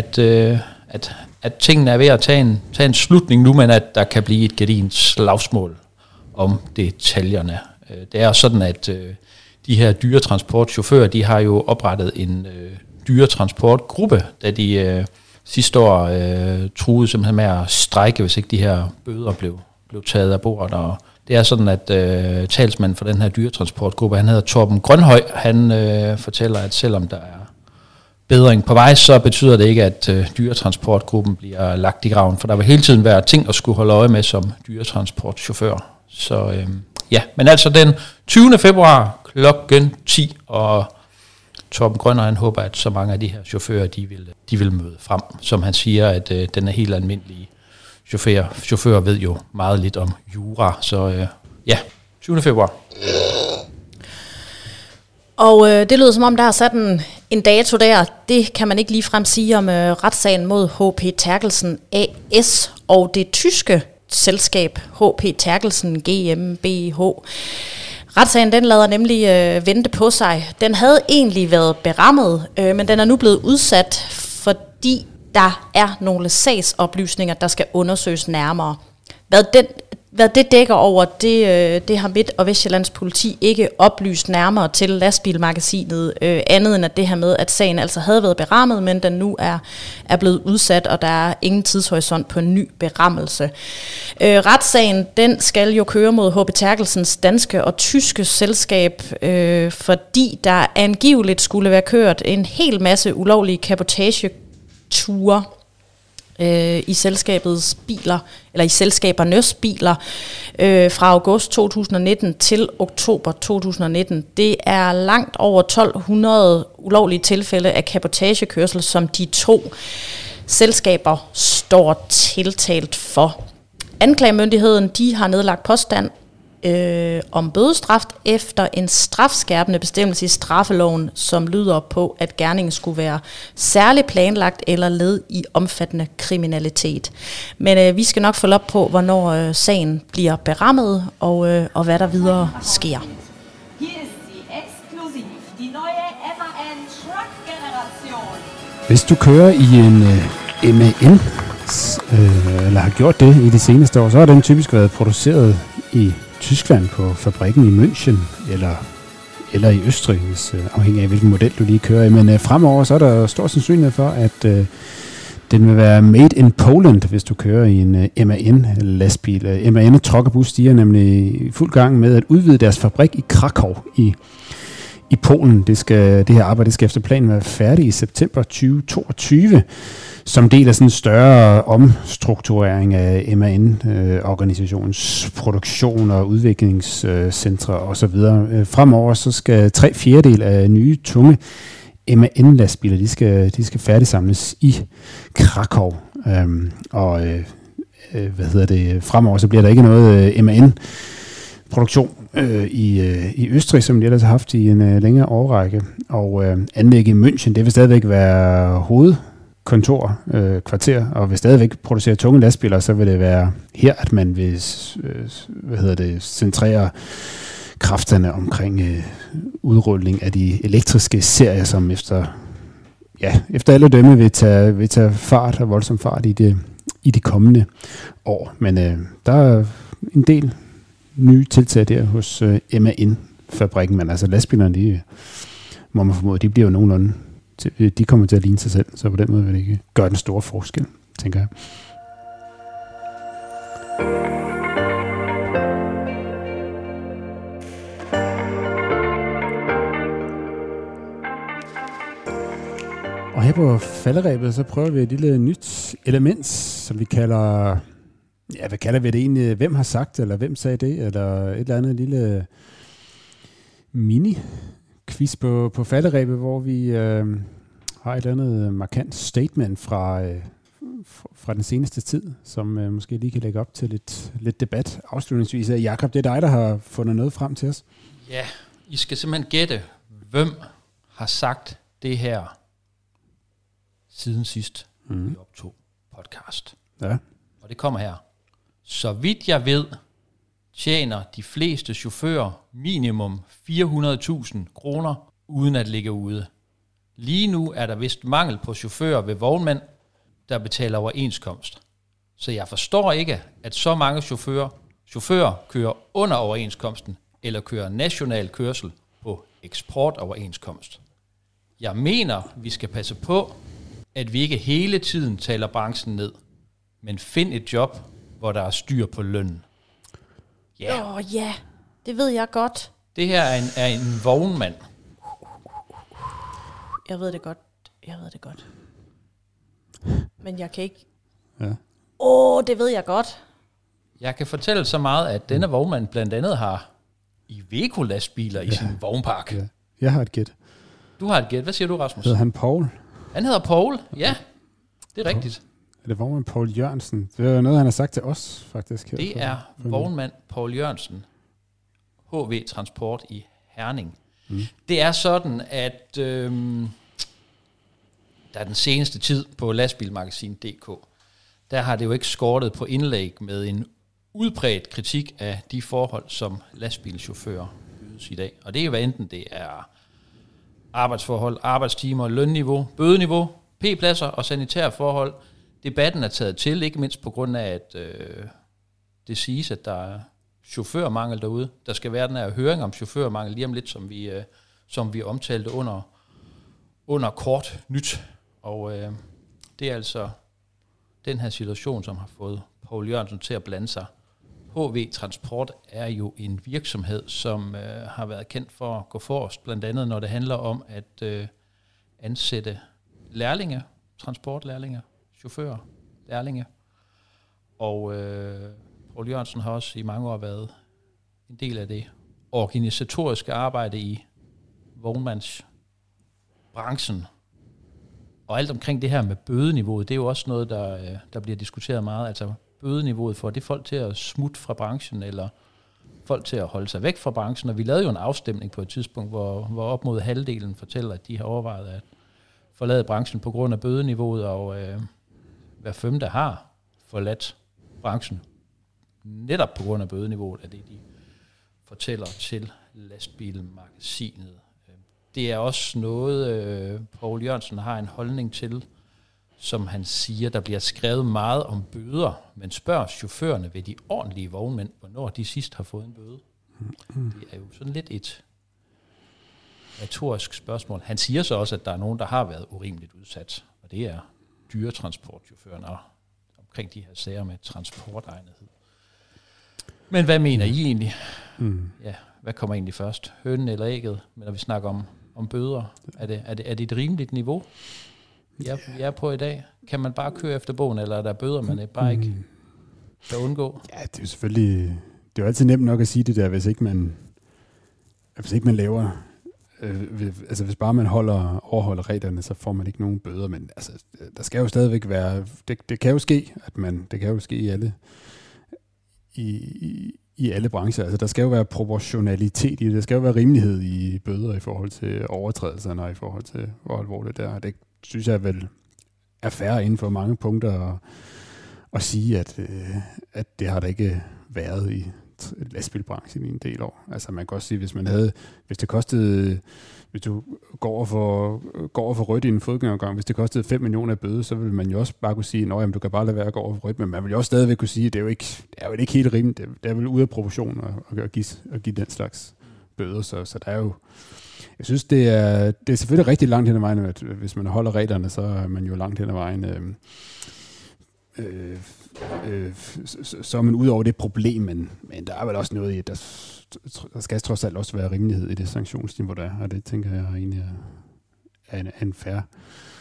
at tingene er ved at tage en slutning nu, men at der kan blive et gedigent slagsmål om detaljerne. Det er sådan, at de her dyretransportchauffører, de har jo oprettet en dyretransportgruppe, da de sidste år truede simpelthen med at strejke, hvis ikke de her bøder blev taget af bordet. Og det er sådan, at talsmanden for den her dyretransportgruppe, han hedder Torben Grønhøj, han fortæller, at selvom der er bedring på vej, så betyder det ikke, at dyretransportgruppen bliver lagt i graven, for der vil hele tiden være ting at skulle holde øje med som dyretransportchauffør. Så men altså den 20. februar klokken 10, og Torben Grønner, han håber, at så mange af de her chauffører, de vil møde frem. Som han siger, at den er helt almindelige chauffører ved jo meget lidt om jura. Så 20. februar. Og det lyder som om, der er sat en dato der. Det kan man ikke ligefrem sige om retssagen mod HP Terkelsen AS og det tyske selskab HP Terkelsen GmbH. Retssagen, den lader nemlig vente på sig. Den havde egentlig været berammet, men den er nu blevet udsat, fordi der er nogle sagsoplysninger, der skal undersøges nærmere. Hvad det dækker over, det har Midt- og Vestjyllands politi ikke oplyst nærmere til Lastbilmagasinet, andet end at det her med, at sagen altså havde været berammet, men den nu er blevet udsat, og der er ingen tidshorisont på en ny berammelse. Retssagen, den skal jo køre mod HP Terkelsens danske og tyske selskab, fordi der angiveligt skulle være kørt en hel masse ulovlige cabotageture i selskabets biler, eller i selskabernes biler, fra august 2019 til oktober 2019. Det er langt over 1200 ulovlige tilfælde af cabotagekørsel, som de to selskaber står tiltalt for. Anklagemyndigheden, de har nedlagt påstand om bødestraf efter en strafskærpende bestemmelse i straffeloven, som lyder på, at gerningen skulle være særligt planlagt eller led i omfattende kriminalitet. Men vi skal nok følge op på, hvornår sagen bliver berammet, og hvad der videre sker. Hvis du kører i en MAN, eller har gjort det i de seneste år, så har den typisk været produceret i Tyskland på fabrikken i München, eller i Østrig, afhængig af hvilken model du lige kører i. Men fremover så er der stor sandsynlighed for, at den vil være made in Poland, hvis du kører i en MAN-lastbil. MAN Truck og Bus, de er nemlig i fuld gang med at udvide deres fabrik i Krakow i Polen. Det her arbejde skal efter planen være færdigt i september 2022, som del af sådan en større omstrukturering af MAN-organisationens produktion og udviklingscentre osv. Fremover så skal 3/4 af nye tunge MAN-lastbiler, de skal færdigsamles i Krakow. Fremover så bliver der ikke noget MAN-produktion i Østrig, som de ellers har haft i en længere årrække. Og anlægget i München, det vil stadigvæk være hovedkontor, kvarter, og vil stadigvæk producere tunge lastbiler, så vil det være her, at man vil centrere kræfterne omkring udrulning af de elektriske serier, som efter alle dømme vil tage fart og voldsom fart i de kommende år. Men der er en del nye tiltag der hos MAN-fabrikken, men altså lastbilerne, de må man formode, de bliver jo nogenlunde, de kommer til at ligne sig selv, så på den måde vil det ikke gøre den store forskel, tænker jeg. Og her på falderebet, så prøver vi et lille nyt element, som vi kalder... Ja, hvad kalder vi det egentlig? Hvem har sagt, eller hvem sagde det? Eller et eller andet lille mini-quiz på falderebet, hvor vi har et eller andet markant statement fra den seneste tid, som måske lige kan lægge op til lidt debat afslutningsvis. Jakob, det er dig, der har fundet noget frem til os. Ja, I skal simpelthen gætte, hvem har sagt det her siden sidst vi optog podcast. Ja. Og det kommer her. Så vidt jeg ved, tjener de fleste chauffører minimum 400.000 kroner uden at ligge ude. Lige nu er der vist mangel på chauffører ved vognmænd, der betaler overenskomst. Så jeg forstår ikke, at så mange chauffører kører under overenskomsten eller kører national kørsel på eksportoverenskomst. Jeg mener, vi skal passe på, at vi ikke hele tiden taler branchen ned, men find et job, hvor der er styr på lønnen. Ja, det ved jeg godt. Det her er en vognmand. Jeg ved det godt. Men jeg kan ikke... Ja. Det ved jeg godt. Jeg kan fortælle så meget, at denne vognmand blandt andet har Iveco-lastbiler i sin vognpark. Ja. Jeg har et gæt. Du har et gæt. Hvad siger du, Rasmus? Hedder han Paul? Han hedder Paul. Ja, det er rigtigt. Er det vognmand Paul Jørgensen? Det er noget, han har sagt til os, faktisk. Det er vognmand Paul Jørgensen. HV Transport i Herning. Det er sådan, at der den seneste tid på lastbilmagasin.dk, der har det jo ikke skortet på indlæg med en udbredt kritik af de forhold, som lastbilchauffører bydes i dag. Og det er jo hvad enten det er arbejdsforhold, arbejdstimer, lønniveau, bødeniveau, p-pladser og sanitære forhold. Debatten er taget til, ikke mindst på grund af, at det siges, at der er chaufførmangel derude. Der skal være den her høring om chaufførmangel lige om lidt, som vi omtalte under kort nyt. Og det er altså den her situation, som har fået Paul Jørgensen til at blande sig. HV Transport er jo en virksomhed, som har været kendt for at gå forrest, blandt andet når det handler om at ansætte lærlinge, transportlærlinge, chauffører, lærlinge. Og Paul Jørgensen har også i mange år været en del af det organisatoriske arbejde i vognmandsbranchen. Og alt omkring det her med bødeniveauet, det er jo også noget, der bliver diskuteret meget. Altså bødeniveauet, for det folk til at smutte fra branchen, eller folk til at holde sig væk fra branchen. Og vi lavede jo en afstemning på et tidspunkt, hvor op mod halvdelen fortæller, at de har overvejet at forlade branchen på grund af bødeniveauet, og hver femte har forladt branchen netop på grund af bødeniveauet, af det de fortæller til lastbilmagasinet. Det er også noget, Paul Jørgensen har en holdning til, som han siger, der bliver skrevet meget om bøder, men spørger chaufførerne ved de ordentlige vognmænd, hvornår de sidst har fået en bøde. Det er jo sådan lidt et retorisk spørgsmål. Han siger så også, at der er nogen, der har været urimeligt udsat, og det er dyretransportchaufførerne omkring de her sager med transportegnethed. Men hvad mener I egentlig? Ja, hvad kommer egentlig først? Hønen eller ægget? Men når vi snakker om bøder, er det et rimeligt niveau, vi er på i dag? Kan man bare køre efter bogen, eller er der bøder, man bare ikke kan undgå? Ja, det er jo selvfølgelig... Det er jo altid nemt nok at sige det der, hvis ikke man laver... hvis bare man overholder reglerne, så får man ikke nogen bøder, men altså, der skal jo stadigvæk være... Det kan jo ske, det kan jo ske i alle... I alle brancher. Altså, der skal jo være proportionalitet i det. Der skal jo være rimelighed i bøder i forhold til overtrædelserne og i forhold til, hvor alvorligt det er. Det synes jeg vel er fair inden for mange punkter at sige, at det har der ikke været i lastbilbranchen i en del år. Altså man kan også sige, hvis du går for rødt i en fodgængergang, hvis det kostede 5 millioner af bøde, så vil man jo også bare kunne sige, du kan bare lade være at gå over for rødt, men man vil jo også stadigvæk kunne sige, at det er jo ikke helt rimeligt, det er vel ude af proportion at give den slags bøder, så der er jo, jeg synes, det er selvfølgelig rigtig langt hen ad vejen, at hvis man holder reglerne, så er man jo langt hen ad vejen, så er man ud over det problem, men der er vel også noget i, at der skal trods alt også være rimelighed i det sanktionsniveau, der er, og det tænker jeg egentlig er en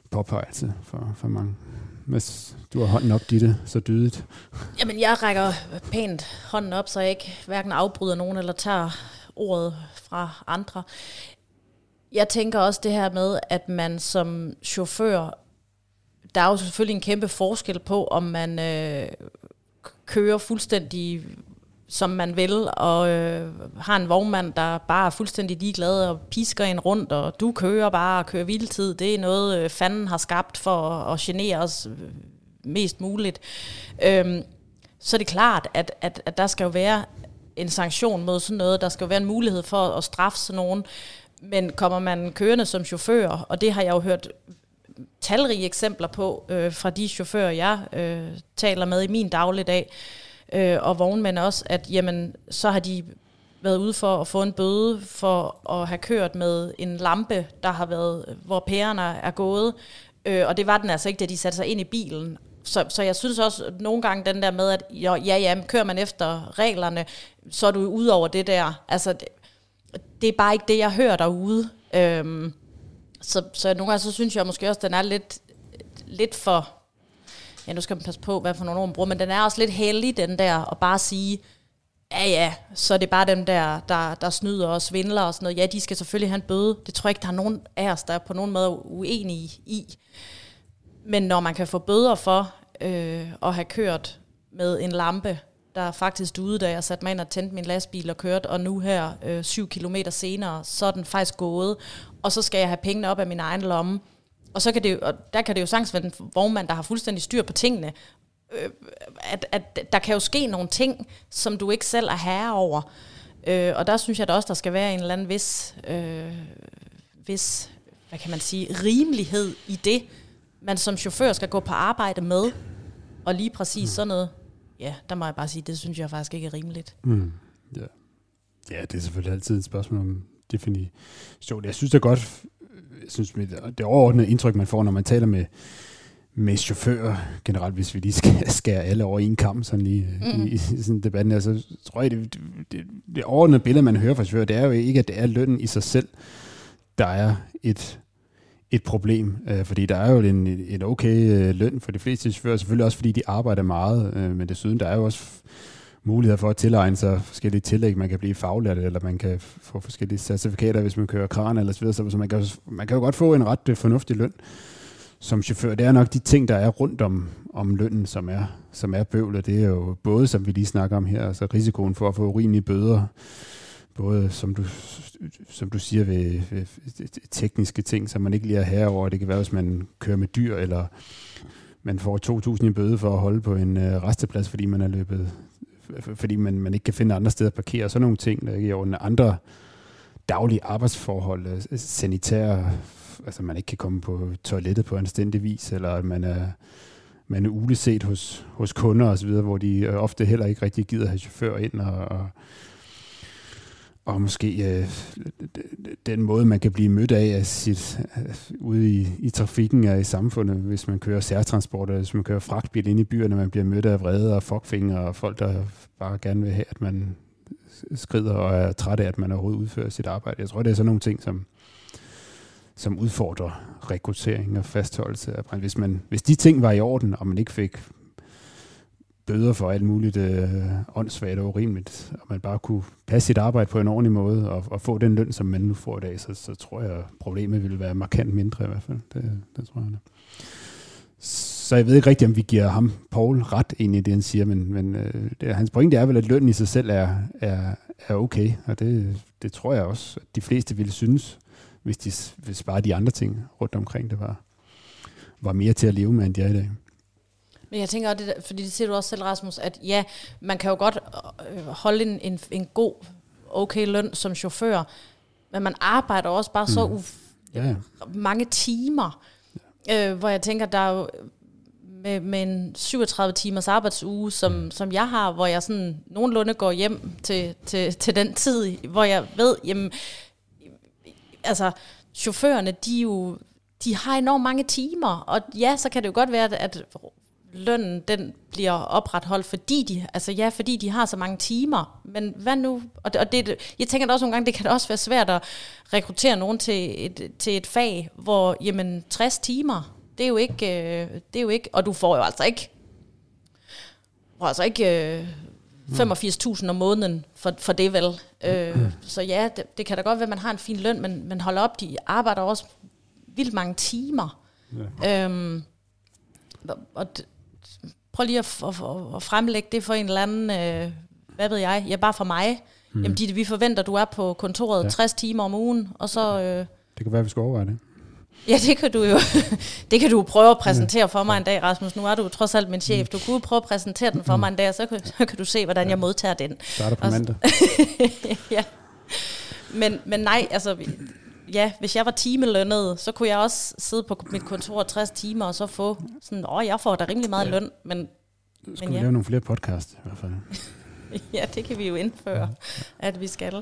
påpegelse for mange. Hvis du har hånden op, Ditte, så dydigt. Jamen, jeg rækker pænt hånden op, så jeg ikke hverken afbryder nogen eller tager ordet fra andre. Jeg tænker også det her med, at man som chauffør, der er jo selvfølgelig en kæmpe forskel på, om man kører fuldstændig som man vil, og har en vognmand, der bare er fuldstændig ligeglad og pisker en rundt, og du kører bare og kører vildtid. Det er noget, fanden har skabt for at genere os mest muligt. Så er det klart, at der skal jo være en sanktion mod sådan noget. Der skal jo være en mulighed for at straffe sådan nogen. Men kommer man kørende som chauffør, og det har jeg jo hørt talrige eksempler på fra de chauffører, jeg taler med i min dagligdag, og vognmænd også, at jamen, så har de været ude for at få en bøde for at have kørt med en lampe, der har været, hvor pærerne er gået, og det var den altså ikke, da de satte sig ind i bilen. Så jeg synes også at nogle gange den der med, at kører man efter reglerne, så er du ude over det der. Altså, det er bare ikke det, jeg hører derude. Så nogle gange så synes jeg måske også, at den er lidt for... Ja, nu skal man passe på, hvad for nogle ord man bruger, men den er også lidt heldig, den der, og bare sige, ja, så er det bare dem der snyder og svindler og sådan noget. Ja, de skal selvfølgelig have en bøde. Det tror jeg ikke, der er nogen af os, der er på nogen måde uenige i. Men når man kan få bøder for at have kørt med en lampe, der er faktisk ude, da jeg satte mig ind og tændte min lastbil og kørte, og nu her 7 kilometer senere, så er den faktisk gået, og så skal jeg have pengene op af min egen lomme. Og så kan det jo, og der kan det jo sagtens være en vognmand, der har fuldstændig styr på tingene. At der kan jo ske nogle ting, som du ikke selv er herre over. Og der synes jeg da også, der skal være en eller anden vis, hvad kan man sige, rimelighed i det, man som chauffør skal gå på arbejde med. Og lige præcis sådan noget, ja, der må jeg bare sige, det synes jeg faktisk ikke er rimeligt. Ja, det er selvfølgelig altid et spørgsmål om definition. Jeg synes det er godt... Jeg synes, det overordnede indtryk, man får, når man taler med chauffører, generelt, hvis vi lige skal skære alle over en kamp, sådan lige i sådan debatten her, så tror jeg, det overordnede billede, man hører fra chauffører, det er jo ikke, at det er lønnen i sig selv, der er et problem, fordi der er jo en okay løn for de fleste chauffører, selvfølgelig også fordi de arbejder meget, men desuden der er jo også muligheder for at tilegne sig forskellige tillæg. Man kan blive faglært, eller man kan få forskellige certifikater, hvis man kører kran eller så videre. Så man kan jo godt få en ret fornuftig løn som chauffør. Det er nok de ting, der er rundt om lønnen, som er bøvlet. Det er jo både, som vi lige snakker om her, altså risikoen for at få urimelige bøder, både som du siger ved tekniske ting, som man ikke lige er herover. Det kan være, hvis man kører med dyr, eller man får 2.000 i bøde for at holde på en resteplads, fordi man er løbet, fordi man ikke kan finde andre steder at parkere. Sådan nogle ting, der ikke er under andre daglige arbejdsforhold, sanitære, altså man ikke kan komme på toilettet på anstændig vis, eller at man er uleset hos kunder osv., hvor de ofte heller ikke rigtig gider have chauffør ind, og måske den måde, man kan blive mødt af ude i trafikken og i samfundet, hvis man kører særtransport, eller hvis man kører fragtbil ind i byerne, man bliver mødt af vrede og fuckfinger, og folk, der bare gerne vil have, at man skrider og er træt af, at man overhovedet udfører sit arbejde. Jeg tror, det er sådan nogle ting, som udfordrer rekruttering og fastholdelse af brand. Hvis de ting var i orden, og man ikke fik bøder for alt muligt åndssvagt og urimeligt, og man bare kunne passe sit arbejde på en ordentlig måde, og få den løn, som man nu får i dag, så tror jeg, at problemet ville være markant mindre i hvert fald. Det tror jeg. Så jeg ved ikke rigtigt, om vi giver ham, Paul, ret ind i det, han siger, men hans pointe er vel, at lønnen i sig selv er okay, og det tror jeg også, at de fleste ville synes, hvis bare de andre ting rundt omkring det var mere til at leve med, end de er i dag. Men jeg tænker, fordi det siger du også selv, Rasmus, at ja, man kan jo godt holde en god, okay løn som chauffør, men man arbejder også bare så mange timer, hvor jeg tænker, der er jo med en 37 timers arbejdsuge, som jeg har, hvor jeg sådan nogenlunde går hjem til den tid, hvor jeg ved, jamen, altså chaufførerne, de har enormt mange timer, og ja, så kan det jo godt være, at lønnen, den bliver opretholdt, fordi de har så mange timer. Men hvad nu? Og det, jeg tænker da også nogle gange, det kan da også være svært at rekruttere nogen til et fag, hvor, jamen, 60 timer, Det er jo ikke, og du får jo altså ikke 85.000 om måneden for det vel. Så ja, det kan da godt være, at man har en fin løn, men hold op, de arbejder også vildt mange timer. Ja. Prøv lige at fremlægge det for en eller anden, hvad ved jeg, ja, bare for mig. Jamen, vi forventer, du er på kontoret 60 timer om ugen, og så... det kan være, vi skal overveje det. Ja, det kan du jo det kan du prøve at præsentere for mig en dag, Rasmus. Nu er du trods alt min chef. Du kunne prøve at præsentere den for mig en dag, og så kan du se, hvordan jeg modtager den. Starter på mandag. Ja. Men nej, altså... Ja, hvis jeg var timelønnet, så kunne jeg også sidde på mit kontor 60 timer, og så få sådan, jeg får da rimelig meget løn, men skulle vi lave nogle flere podcast i hvert fald. Ja, det kan vi jo indføre, at vi skal.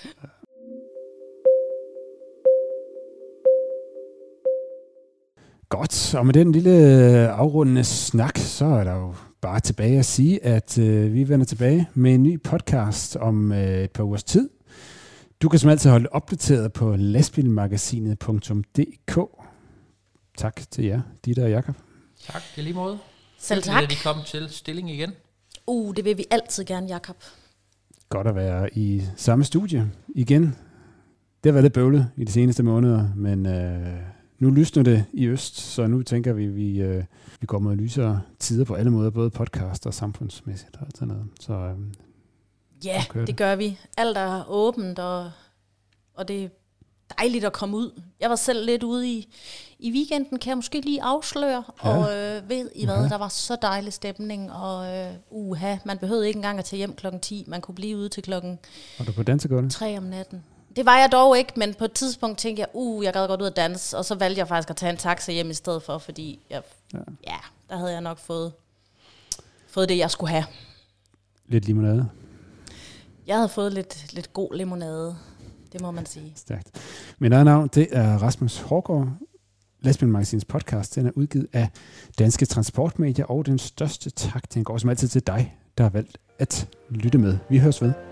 Godt, og med den lille afrundende snak, så er der jo bare tilbage at sige, at vi vender tilbage med en ny podcast om et par ugers tid. Du kan som altid holde opdateret på lastbilmagasinet.dk. Tak til jer, Ditte og Jakob. Tak, det er lige måde. Selv tak. Er de kommet til stilling igen? Det vil vi altid gerne, Jakob. Godt at være i samme studie igen. Det har været lidt bøvlet i de seneste måneder, men nu lysner det i øst, så nu tænker vi går mod lysere tider på alle måder, både podcast og samfundsmæssigt og sådan noget. Så ja, det gør vi. Alt er åbent, og det er dejligt at komme ud. Jeg var selv lidt ude i weekenden, kan jeg måske lige afsløre, og ved I hvad, der var så dejlig stemning, og man behøvede ikke engang at tage hjem klokken 10, man kunne blive ude til klokken var du på dansegulvet? 3 om natten. Det var jeg dog ikke, men på et tidspunkt tænkte jeg, jeg gad godt ud at danse, og så valgte jeg faktisk at tage en taxa hjem i stedet for, fordi der havde jeg nok fået det, jeg skulle have. Lidt limonade? Jeg havde fået lidt god limonade, det må man sige. Stærkt. Mit eget navn, det er Rasmus Hårgaard. Lastbilmagasinets podcast, den er udgivet af Danske Transportmedier, og den største tak, den går som altid til dig, der har valgt at lytte med. Vi høres ved.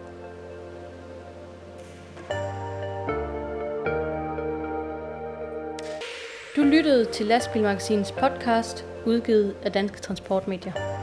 Du lyttede til Lastbilmagasinets podcast, udgivet af Danske Transportmedier.